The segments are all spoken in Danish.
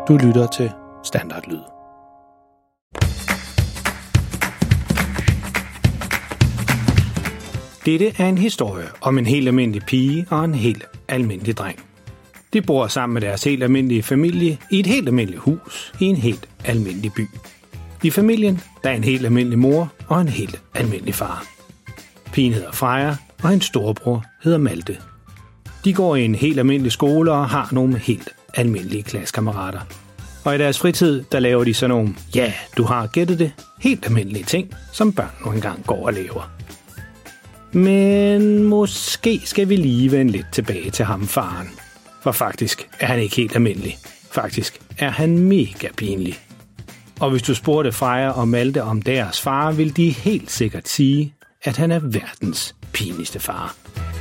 Du lytter til Standardlyd. Dette er en historie om en helt almindelig pige og en helt almindelig dreng. De bor sammen med deres helt almindelige familie i et helt almindeligt hus i en helt almindelig by. I familien der er en helt almindelig mor og en helt almindelig far. Pigen hedder Freja, og hendes storebror hedder Malte. De går i en helt almindelig skole og har nogle helt almindelige klassekammerater. Og i deres fritid, der laver de sådan nogle, ja, du har gættet det, helt almindelige ting, som børn nu engang går og laver. Men måske skal vi lige vende lidt tilbage til ham, faren. For faktisk er han ikke helt almindelig. Faktisk er han mega pinlig. Og hvis du spurgte Freja og Malte om deres far, vil de helt sikkert sige, at han er verdens pinligste far.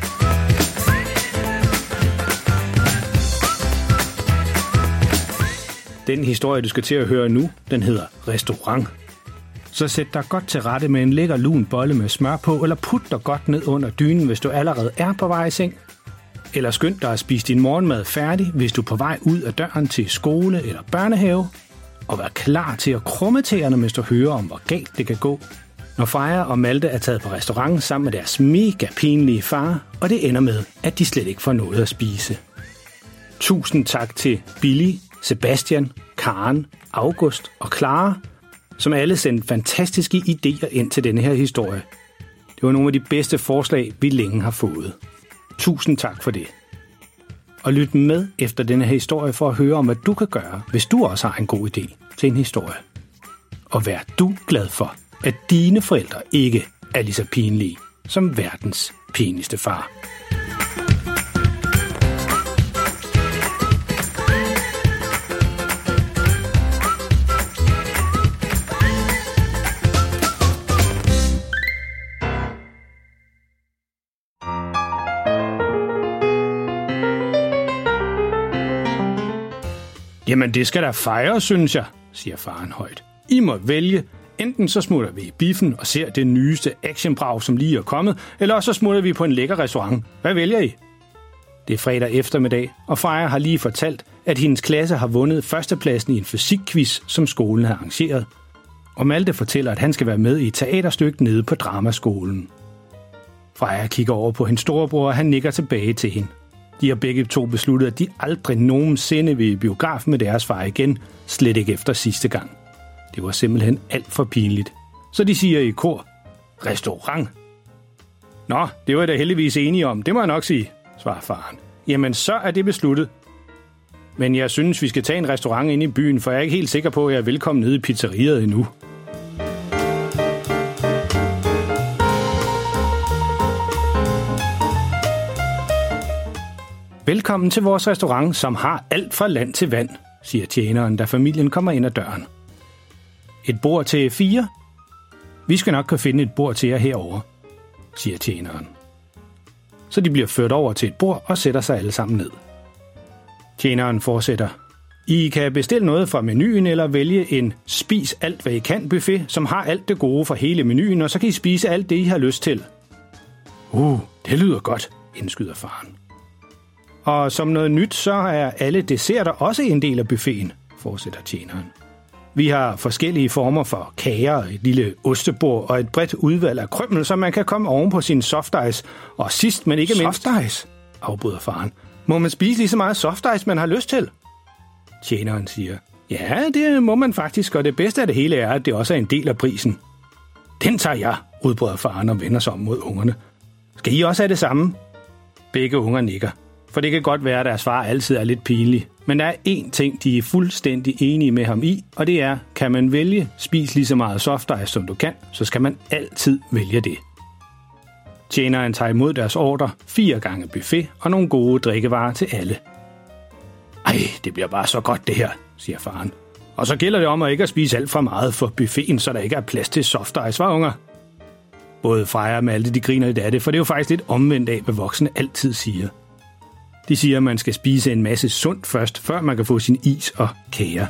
Den historie, du skal til at høre nu, den hedder Restaurant. Så sæt dig godt til rette med en lækker lun bolle med smør på, eller put dig godt ned under dynen, hvis du allerede er på vej i seng. Eller skynd dig at spise din morgenmad færdig, hvis du er på vej ud af døren til skole eller børnehave. Og vær klar til at krumme tæerne, hvis du hører om, hvor galt det kan gå, når Freja og Malte er taget på restaurant sammen med deres mega pinlige far, og det ender med, at de slet ikke får noget at spise. Tusind tak til Billy, Sebastian, Karen, August og Clara, som alle sendte fantastiske idéer ind til denne her historie. Det var nogle af de bedste forslag, vi længe har fået. Tusind tak for det. Og lyt med efter denne her historie for at høre om, hvad du kan gøre, hvis du også har en god idé til en historie. Og vær du glad for, at dine forældre ikke er lige så pinlige som verdens pinligste far. Jamen det skal da fejre, synes jeg, siger faren højt. I må vælge. Enten så smutter vi i biffen og ser det nyeste actionbrag, som lige er kommet, eller så smutter vi på en lækker restaurant. Hvad vælger I? Det er fredag eftermiddag, og Freja har lige fortalt, at hendes klasse har vundet førstepladsen i en fysikquiz, som skolen har arrangeret. Og Malte fortæller, at han skal være med i et teaterstykke nede på dramaskolen. Freja kigger over på hendes storebror, og han nikker tilbage til hende. De har begge to besluttet, at de aldrig nogensinde vil i biografen med deres far igen, slet ikke efter sidste gang. Det var simpelthen alt for pinligt. Så de siger i kor, restaurant. Nå, det var jeg da heldigvis enige om, det må jeg nok sige, svarer faren. Jamen, så er det besluttet. Men jeg synes, vi skal tage en restaurant ind i byen, for jeg er ikke helt sikker på, at jeg er velkommen nede i pizzeriet endnu. Velkommen til vores restaurant, som har alt fra land til vand, siger tjeneren, da familien kommer ind ad døren. Et bord til 4? Vi skal nok kunne finde et bord til jer herovre, siger tjeneren. Så de bliver ført over til et bord og sætter sig alle sammen ned. Tjeneren fortsætter. I kan bestille noget fra menuen eller vælge en spis alt hvad I kan buffet, som har alt det gode fra hele menuen, og så kan I spise alt det I har lyst til. Det lyder godt, indskyder faren. Og som noget nyt, så er alle desserter også en del af buffeten, fortsætter tjeneren. Vi har forskellige former for kager, et lille ostebord og et bredt udvalg af krymmel, så man kan komme oven på sin softice. Og sidst, men ikke mindst... Softice? Afbryder faren. Må man spise lige så meget softice, man har lyst til? Tjeneren siger, ja, det må man faktisk, og det bedste af det hele er, at det også er en del af prisen. Den tager jeg, udbryder faren og vender sig om mod ungerne. Skal I også have det samme? Begge unger nikker. For det kan godt være, at deres far altid er lidt pinlig. Men der er én ting, de er fuldstændig enige med ham i, og det er, kan man vælge, spis lige så meget softice, som du kan, så skal man altid vælge det. Tjeneren tager imod deres ordre, 4 gange buffet og nogle gode drikkevarer til alle. Ej, det bliver bare så godt det her, siger faren. Og så gælder det om at ikke at spise alt for meget for buffeten, så der ikke er plads til softice, var unger? Både Freja og Malte, de griner lidt af det, for det er jo faktisk lidt omvendt af, hvad voksne altid siger. De siger, at man skal spise en masse sundt først, før man kan få sin is og kager.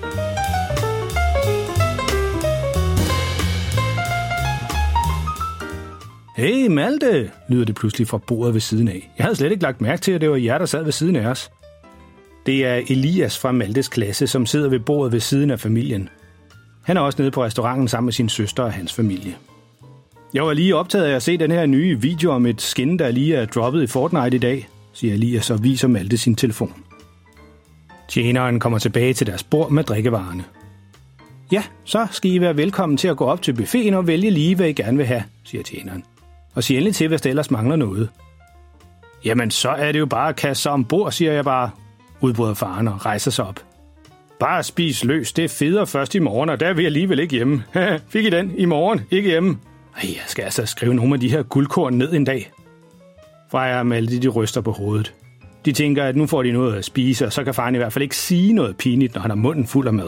Hey Malte, lyder det pludselig fra bordet ved siden af. Jeg havde slet ikke lagt mærke til, at det var jer, der sad ved siden af os. Det er Elias fra Maltes klasse, som sidder ved bordet ved siden af familien. Han er også nede på restauranten sammen med sin søster og hans familie. Jeg var lige optaget af at se den her nye video om et skin, der lige er droppet i Fortnite i dag, siger Elias og viser Malte sin telefon. Tjeneren kommer tilbage til deres bord med drikkevarerne. Ja, så skal I være velkommen til at gå op til buffeten og vælge lige, hvad I gerne vil have, siger tjeneren. Og sig endelig til, hvis der ellers mangler noget. Jamen, så er det jo bare at kaste sig ombord, siger jeg bare, udbryder faren og rejser sig op. Bare spis løs, det er federe først i morgen, og der er vi alligevel ikke hjemme. Fik I den? I morgen? Ikke hjemme? Jeg skal altså skrive nogle af de her guldkorn ned en dag. Freja og Malte, de ryster på hovedet. De tænker, at nu får de noget at spise, og så kan faren i hvert fald ikke sige noget pinligt, når han har munden fuld af mad.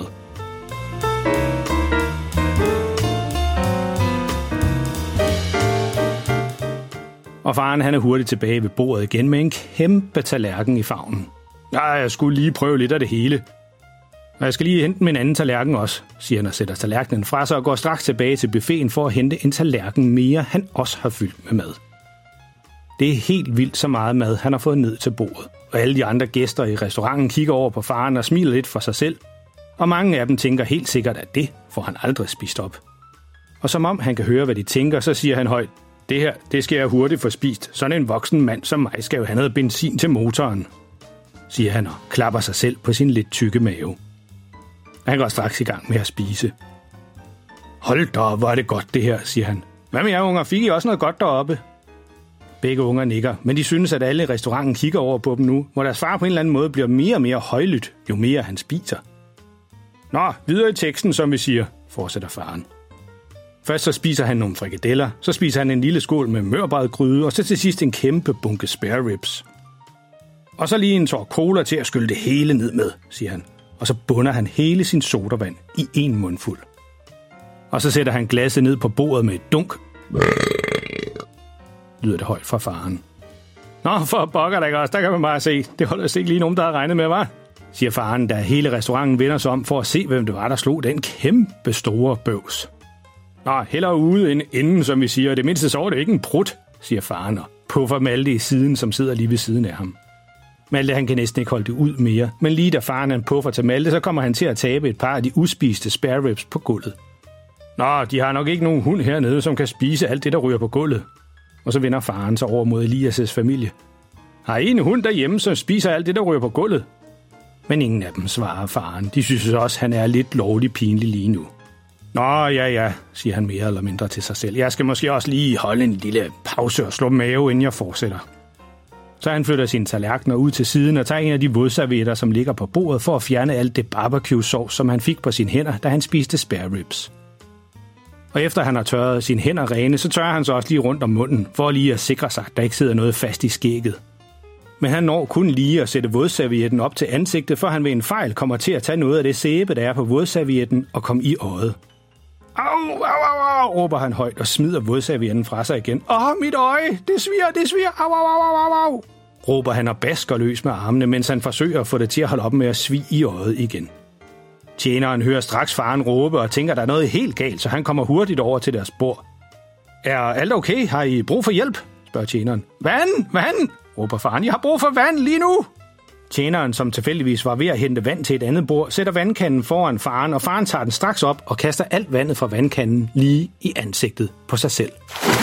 Og faren han er hurtigt tilbage ved bordet igen med en kæmpe tallerken i favnen. Jeg skulle lige prøve lidt af det hele. Og jeg skal lige hente min anden tallerken også, siger han og sætter tallerkenen fra sig og går straks tilbage til buffeten for at hente en tallerken mere, han også har fyldt med mad. Det er helt vildt så meget mad, han har fået ned til bordet. Og alle de andre gæster i restauranten kigger over på faren og smiler lidt for sig selv. Og mange af dem tænker helt sikkert, at det får han aldrig spist op. Og som om han kan høre, hvad de tænker, så siger han højt, det her, det skal jeg hurtigt få spist. Sådan en voksen mand som mig skal jo have noget benzin til motoren, siger han og klapper sig selv på sin lidt tykke mave. Han går straks i gang med at spise. Hold da, hvor er det godt det her, siger han. Hvad med jer unger, fik I også noget godt deroppe? Begge unger nikker, men de synes, at alle i restauranten kigger over på dem nu, hvor deres far på en eller anden måde bliver mere og mere højlydt, jo mere han spiser. Nå, videre i teksten, som vi siger, fortsætter faren. Først så spiser han nogle frikadeller, så spiser han en lille skål med mørbradgryde, og så til sidst en kæmpe bunke spare ribs. Og så lige en tår cola til at skylle det hele ned med, siger han. Og så bunder han hele sin sodavand i en mundfuld. Og så sætter han glasset ned på bordet med et dunk. Lyder det højt fra faren. Nå, for pokker da ikke også, der kan man bare se. Det holder sig ikke lige nogen, der har regnet med, hva'? Siger faren, da hele restauranten vender sig om for at se, hvem det var, der slog den kæmpe store bøvs. Nå, hellere ude end inden, som vi siger. Det mindste så er det ikke en prut, siger faren og puffer Malte i siden, som sidder lige ved siden af ham. Malte han kan næsten ikke holde det ud mere, men lige da faren han puffer til Malte, så kommer han til at tabe et par af de uspiste spare ribs på gulvet. Nå, de har nok ikke nogen hund hernede, som kan spise alt det, der ryger på gulvet. Og så vender faren sig over mod Elias' familie. Har I en hund derhjemme, som spiser alt det, der ryger på gulvet? Men ingen af dem svarer faren. De synes også, han er lidt lovlig pinlig lige nu. Nå, ja, siger han mere eller mindre til sig selv. Jeg skal måske også lige holde en lille pause og slå mave, inden jeg fortsætter. Så han flytter sine tallerkener ud til siden og tager en af de vådservietter, som ligger på bordet, for at fjerne alt det barbecue-sovs, som han fik på sine hænder, da han spiste spare ribs. Og efter han har tørret sine hænder rene, så tørrer han sig også lige rundt om munden, for lige at sikre sig, at der ikke sidder noget fast i skægget. Men han når kun lige at sætte vådservietten op til ansigtet, for han ved en fejl kommer til at tage noget af det sæbe, der er på vådservietten, og komme i øjet. Au, råber han højt og smider vådservietten fra sig igen. Mit øje, det sviger, au, råber han og basker løs med armene, mens han forsøger at få det til at holde op med at svie i øjet igen. Tjeneren hører straks faren råbe og tænker, der er noget helt galt, så han kommer hurtigt over til deres bord. Er alt okay? Har I brug for hjælp? Spørger tjeneren. Vand, råber faren. Jeg har brug for vand lige nu. Tjeneren, som tilfældigvis var ved at hente vand til et andet bord, sætter vandkanden foran faren, og faren tager den straks op og kaster alt vandet fra vandkanden lige i ansigtet på sig selv.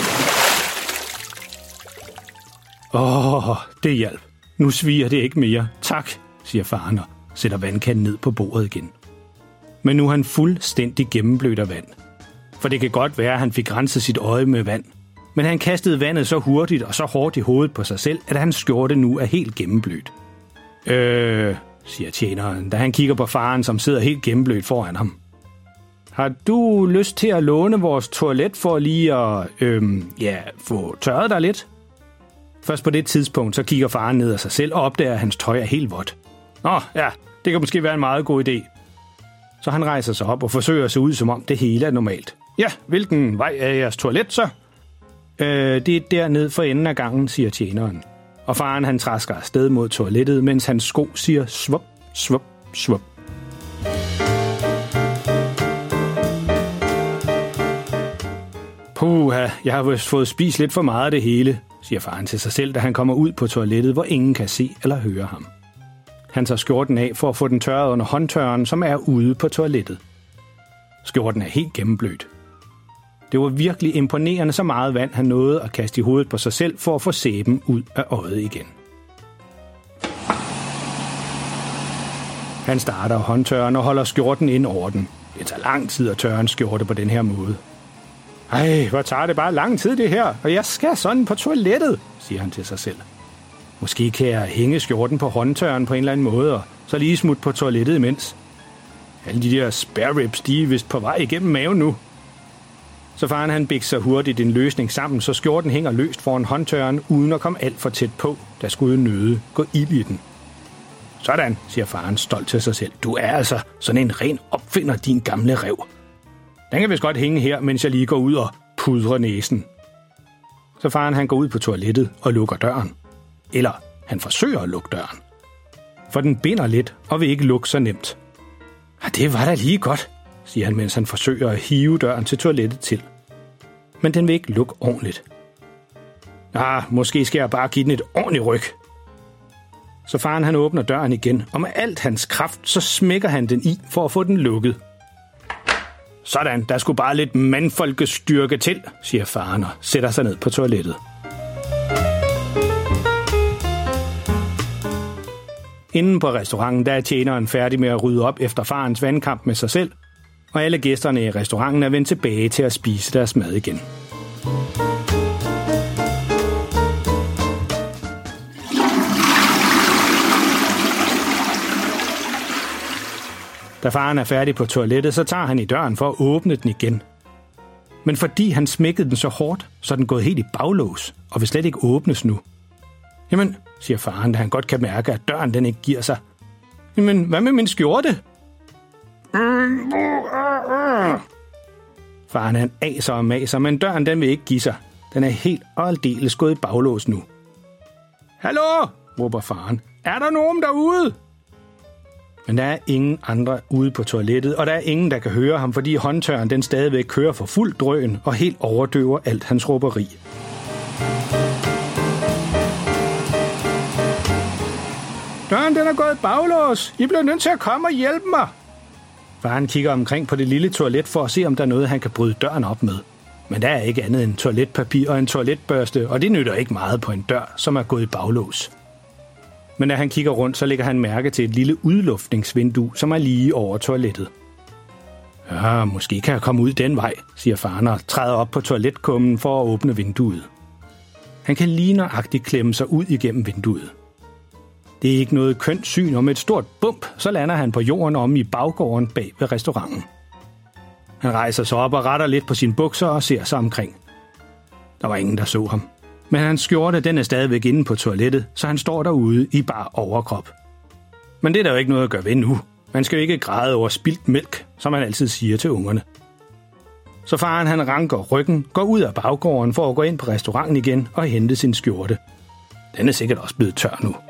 Det hjalp. Nu sviger det ikke mere. Tak, siger faren og sætter vandkanden ned på bordet igen. Men nu er han fuldstændig gennemblødt af vand. For det kan godt være, at han fik renset sit øje med vand. Men han kastede vandet så hurtigt og så hårdt i hovedet på sig selv, at hans skjorte nu er helt gennemblødt. Siger tjeneren, da han kigger på faren, som sidder helt gennemblødt foran ham. Har du lyst til at låne vores toilet for lige at, få tørret dig lidt? Først på det tidspunkt, så kigger faren ned af sig selv og opdager, at hans tøj er helt vådt. Nå, ja, det kan måske være en meget god idé. Så han rejser sig op og forsøger at se ud, som om det hele er normalt. Ja, hvilken vej er jeres toilet så? Det er dernede for enden af gangen, siger tjeneren. Og faren han træsker afsted mod toilettet, mens hans sko siger svup, svup, svup. Puha, jeg har vist fået spist lidt for meget af det hele, siger faren til sig selv, da han kommer ud på toilettet, hvor ingen kan se eller høre ham. Han tager skjorten af for at få den tørret under håndtørren, som er ude på toilettet. Skjorten er helt gennemblødt. Det var virkelig imponerende, så meget vand han nåede at kaste i hovedet på sig selv for at få sæben ud af øjet igen. Han starter håndtørren og holder skjorten ind over den. Det tager lang tid at tørre en skjorte på den her måde. Ej, hvor tager det bare lang tid det her, og jeg skal sådan på toilettet, siger han til sig selv. Måske kan jeg hænge skjorten på håndtørren på en eller anden måde, og så lige smutte på toilettet imens. Alle de der spare ribs, de er vist på vej igennem maven nu. Så faren han bikser hurtigt en løsning sammen, så skjorten hænger løst foran håndtørren, uden at komme alt for tæt på, der skulle nøde gå ild i den. Sådan, siger faren stolt til sig selv. Du er altså sådan en ren opfinder, din gamle ræv. Den kan vist godt hænge her, mens jeg lige går ud og pudrer næsen. Så faren han går ud på toilettet og lukker døren. Eller han forsøger at lukke døren. For den binder lidt og vil ikke lukke så nemt. Det var da lige godt, siger han, mens han forsøger at hive døren til toilettet til. Men den vil ikke lukke ordentligt. Måske skal jeg bare give den et ordentligt ryg. Så faren han åbner døren igen, og med alt hans kraft, så smækker han den i for at få den lukket. Sådan, der skulle bare lidt mandfolkestyrke til, siger faren og sætter sig ned på toilettet. Inden på restauranten, der er tjeneren færdig med at rydde op efter farens vandkamp med sig selv, og alle gæsterne i restauranten er vendt tilbage til at spise deres mad igen. Da faren er færdig på toilettet, så tager han i døren for at åbne den igen. Men fordi han smækkede den så hårdt, så er den gået helt i baglås og vil slet ikke åbnes nu. Jamen, siger faren, da han godt kan mærke, at døren den ikke giver sig. Jamen, hvad med min skjorte? Faren han aser og maser, men døren den vil ikke give sig. Den er helt og aldeles gået i baglås nu. Hallo, råber faren. Er der nogen derude? Men der er ingen andre ude på toilettet, og der er ingen, der kan høre ham, fordi håndtørren den stadigvæk kører for fuld drøn og helt overdøver alt hans råberi. Døren den er gået i baglås. I bliver nødt til at komme og hjælpe mig. Faren kigger omkring på det lille toilet for at se, om der er noget, han kan bryde døren op med. Men der er ikke andet end toiletpapir og en toiletbørste, og det nytter ikke meget på en dør, som er gået i baglås. Men da han kigger rundt, så lægger han mærke til et lille udluftningsvindue, som er lige over toilettet. Ja, måske kan jeg komme ud den vej, siger faren og træder op på toiletkummen for at åbne vinduet. Han kan lige nøjagtigt klemme sig ud igennem vinduet. Det er ikke noget kønt syn, og med et stort bump, så lander han på jorden om i baggården bag ved restauranten. Han rejser sig op og retter lidt på sine bukser og ser sig omkring. Der var ingen, der så ham. Men hans skjorte, den er stadigvæk inde på toilettet, så han står derude i bar overkrop. Men det er der jo ikke noget at gøre ved nu. Man skal jo ikke græde over spildt mælk, som man altid siger til ungerne. Så faren han ranker ryggen, går ud af baggården for at gå ind på restauranten igen og hente sin skjorte. Den er sikkert også blevet tør nu.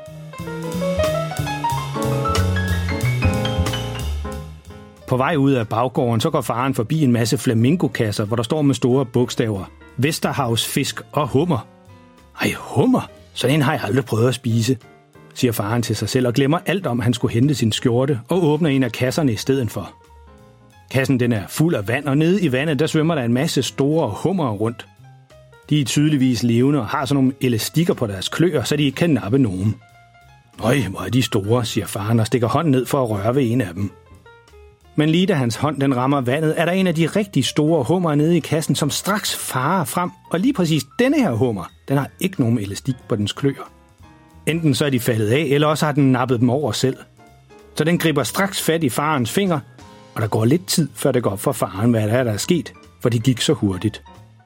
På vej ud af baggården, så går faren forbi en masse flamingokasser, hvor der står med store bogstaver: Vesterhavs fisk og hummer. Ej, hummer? Sådan en har jeg aldrig prøvet at spise, siger faren til sig selv og glemmer alt om, at han skulle hente sin skjorte og åbner en af kasserne i stedet for. Kassen den er fuld af vand, og nede i vandet der svømmer der en masse store hummer rundt. De er tydeligvis levende og har sådan nogle elastikker på deres kløer, så de ikke kan nappe nogen. Nøj, hvor er de store, siger faren og stikker hånden ned for at røre ved en af dem. Men lige da hans hånd den rammer vandet, er der en af de rigtig store hummer nede i kassen, som straks farer frem. Og lige præcis denne her hummer, den har ikke nogen elastik på dens kløer. Enten så er de faldet af, eller også har den nappet dem over selv. Så den griber straks fat i farens finger, og der går lidt tid, før det går op for faren, hvad der er sket, for det gik så hurtigt.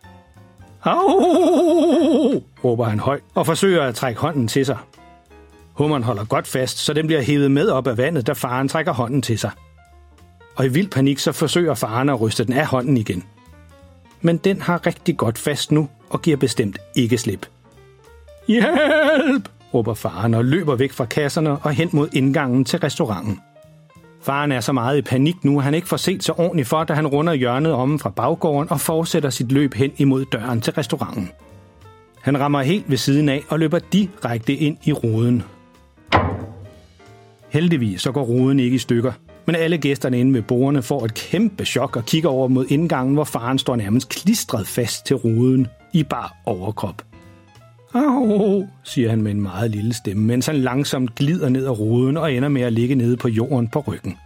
Au! Råber han højt og forsøger at trække hånden til sig. Hummeren holder godt fast, så den bliver hævet med op af vandet, da faren trækker hånden til sig. Og i vild panik så forsøger faren at ryste den af hånden igen. Men den har rigtig godt fast nu og giver bestemt ikke slip. Hjælp! Råber faren og løber væk fra kasserne og hen mod indgangen til restauranten. Faren er så meget i panik nu, at han ikke får set så ordentligt for, da han runder hjørnet om fra baggården og fortsætter sit løb hen imod døren til restauranten. Han rammer helt ved siden af og løber direkte ind i ruden. Heldigvis så går ruden ikke i stykker, men alle gæsterne inde ved bordene får et kæmpe chok og kigger over mod indgangen, hvor faren står nærmest klistret fast til ruden i bar overkrop. Au, siger han med en meget lille stemme, mens han langsomt glider ned ad ruden og ender med at ligge nede på jorden på ryggen.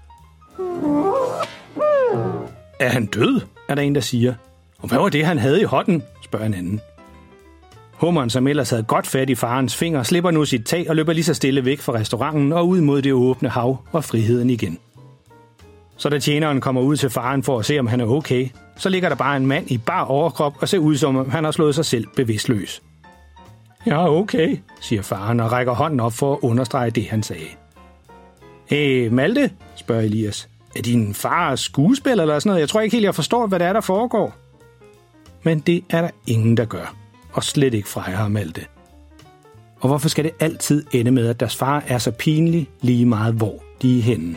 Er han død? Er der en, der siger. Og hvad var det, han havde i hånden? Spørger en anden. Hummeren, som ellers havde godt fat i farens finger, slipper nu sit tag og løber lige så stille væk fra restauranten og ud mod det åbne hav og friheden igen. Så da tjeneren kommer ud til faren for at se, om han er okay, så ligger der bare en mand i bar overkrop og ser ud, som om han har slået sig selv bevidstløs. Ja, okay, siger faren og rækker hånden op for at understrege det, han sagde. Hey, Malte, spørger Elias. Er din far skuespiller eller sådan noget? Jeg tror ikke helt, jeg forstår, hvad det er, der foregår. Men det er der ingen, der gør. Og slet ikke Freja og Malte. Og hvorfor skal det altid ende med, at deres far er så pinlig lige meget, hvor de er henne?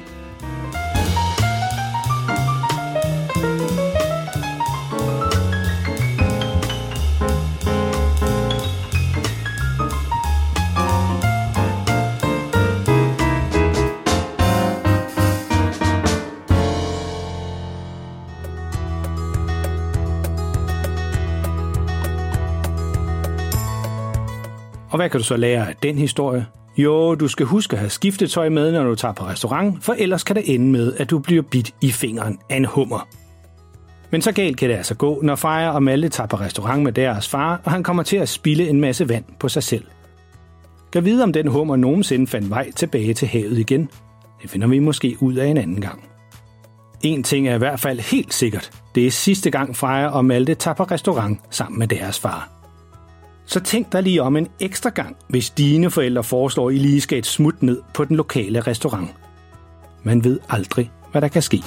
Og hvad kan du så lære af den historie? Jo, du skal huske at have skiftetøj med, når du tager på restaurant, for ellers kan det ende med, at du bliver bidt i fingeren af en hummer. Men så galt kan det altså gå, når Freja og Malte tager på restaurant med deres far, og han kommer til at spilde en masse vand på sig selv. Kan vide, om den hummer nogensinde fandt vej tilbage til havet igen? Det finder vi måske ud af en anden gang. En ting er i hvert fald helt sikkert. Det er sidste gang Freja og Malte tager på restaurant sammen med deres far. Så tænk dig lige om en ekstra gang, hvis dine forældre foreslår, at I lige skal et smut ned på den lokale restaurant. Man ved aldrig, hvad der kan ske.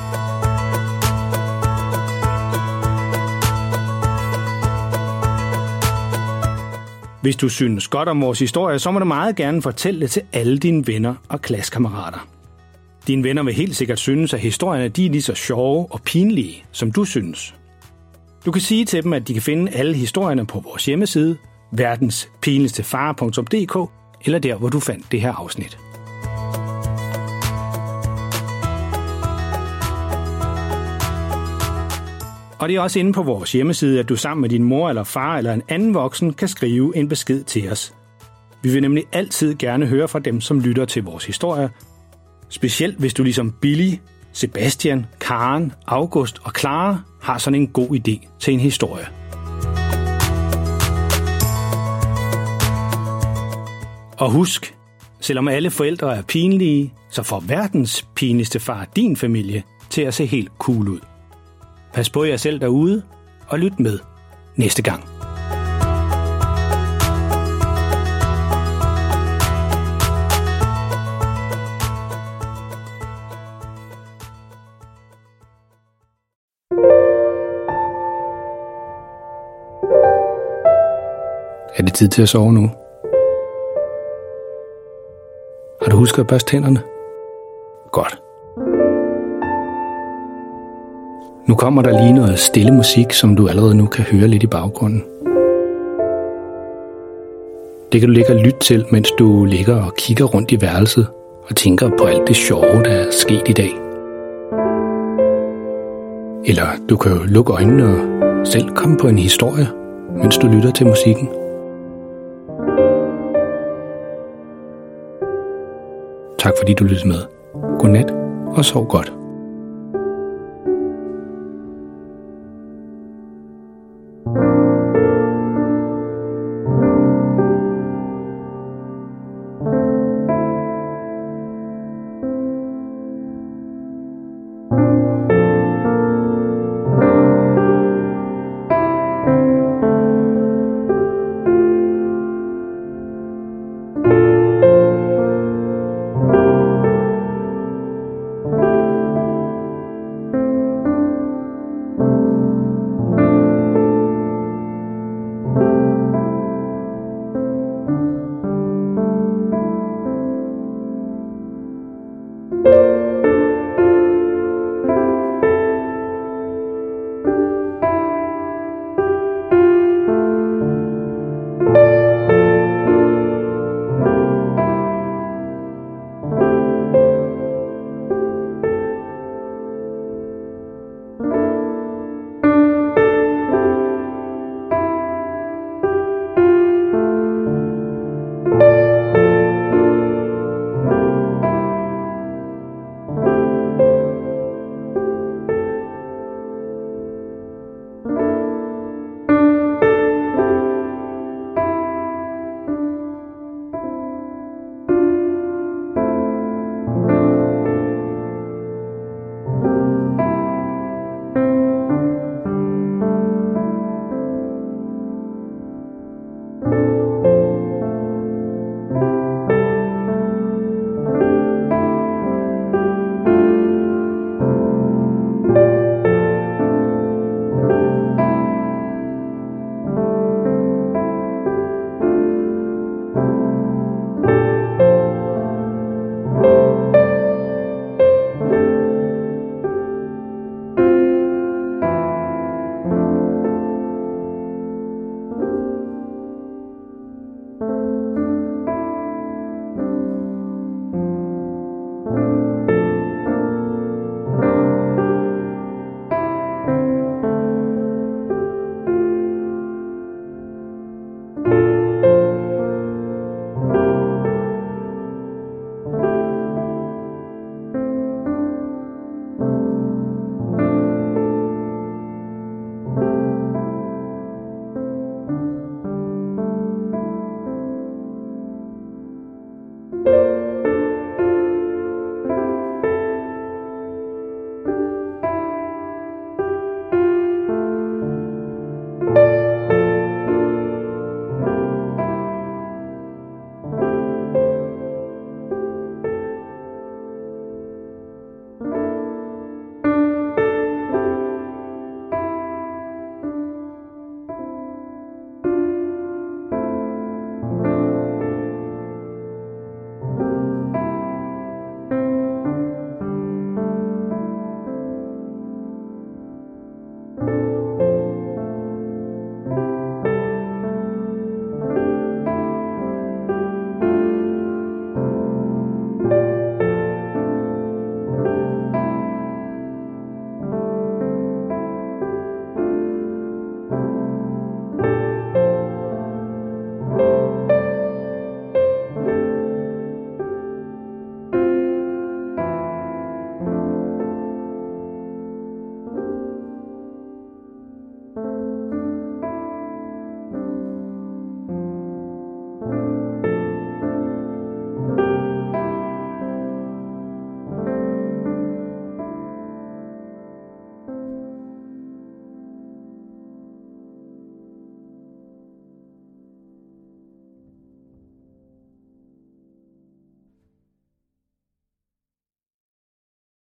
Hvis du synes godt om vores historie, så må du meget gerne fortælle det til alle dine venner og klassekammerater. Dine venner vil helt sikkert synes, at historierne de er lige så sjove og pinlige, som du synes. Du kan sige til dem, at de kan finde alle historierne på vores hjemmeside, verdenspinligstefar.dk, eller der, hvor du fandt det her afsnit. Og det er også inde på vores hjemmeside, at du sammen med din mor eller far eller en anden voksen kan skrive en besked til os. Vi vil nemlig altid gerne høre fra dem, som lytter til vores historie. Specielt hvis du ligesom Billy, Sebastian, Karen, August og Clara har sådan en god idé til en historie. Og husk, selvom alle forældre er pinlige, så får verdens pinligste far din familie til at se helt cool ud. Pas på jer selv derude, og lyt med næste gang. Er det tid til at sove nu? Har du husket at børste tænderne? Godt. Nu kommer der lige noget stille musik, som du allerede nu kan høre lidt i baggrunden. Det kan du ligge og lytte til, mens du ligger og kigger rundt i værelset og tænker på alt det sjove, der er sket i dag. Eller du kan jo lukke øjnene og selv komme på en historie, mens du lytter til musikken. Tak fordi du lyttede med. Godnat og sov godt. you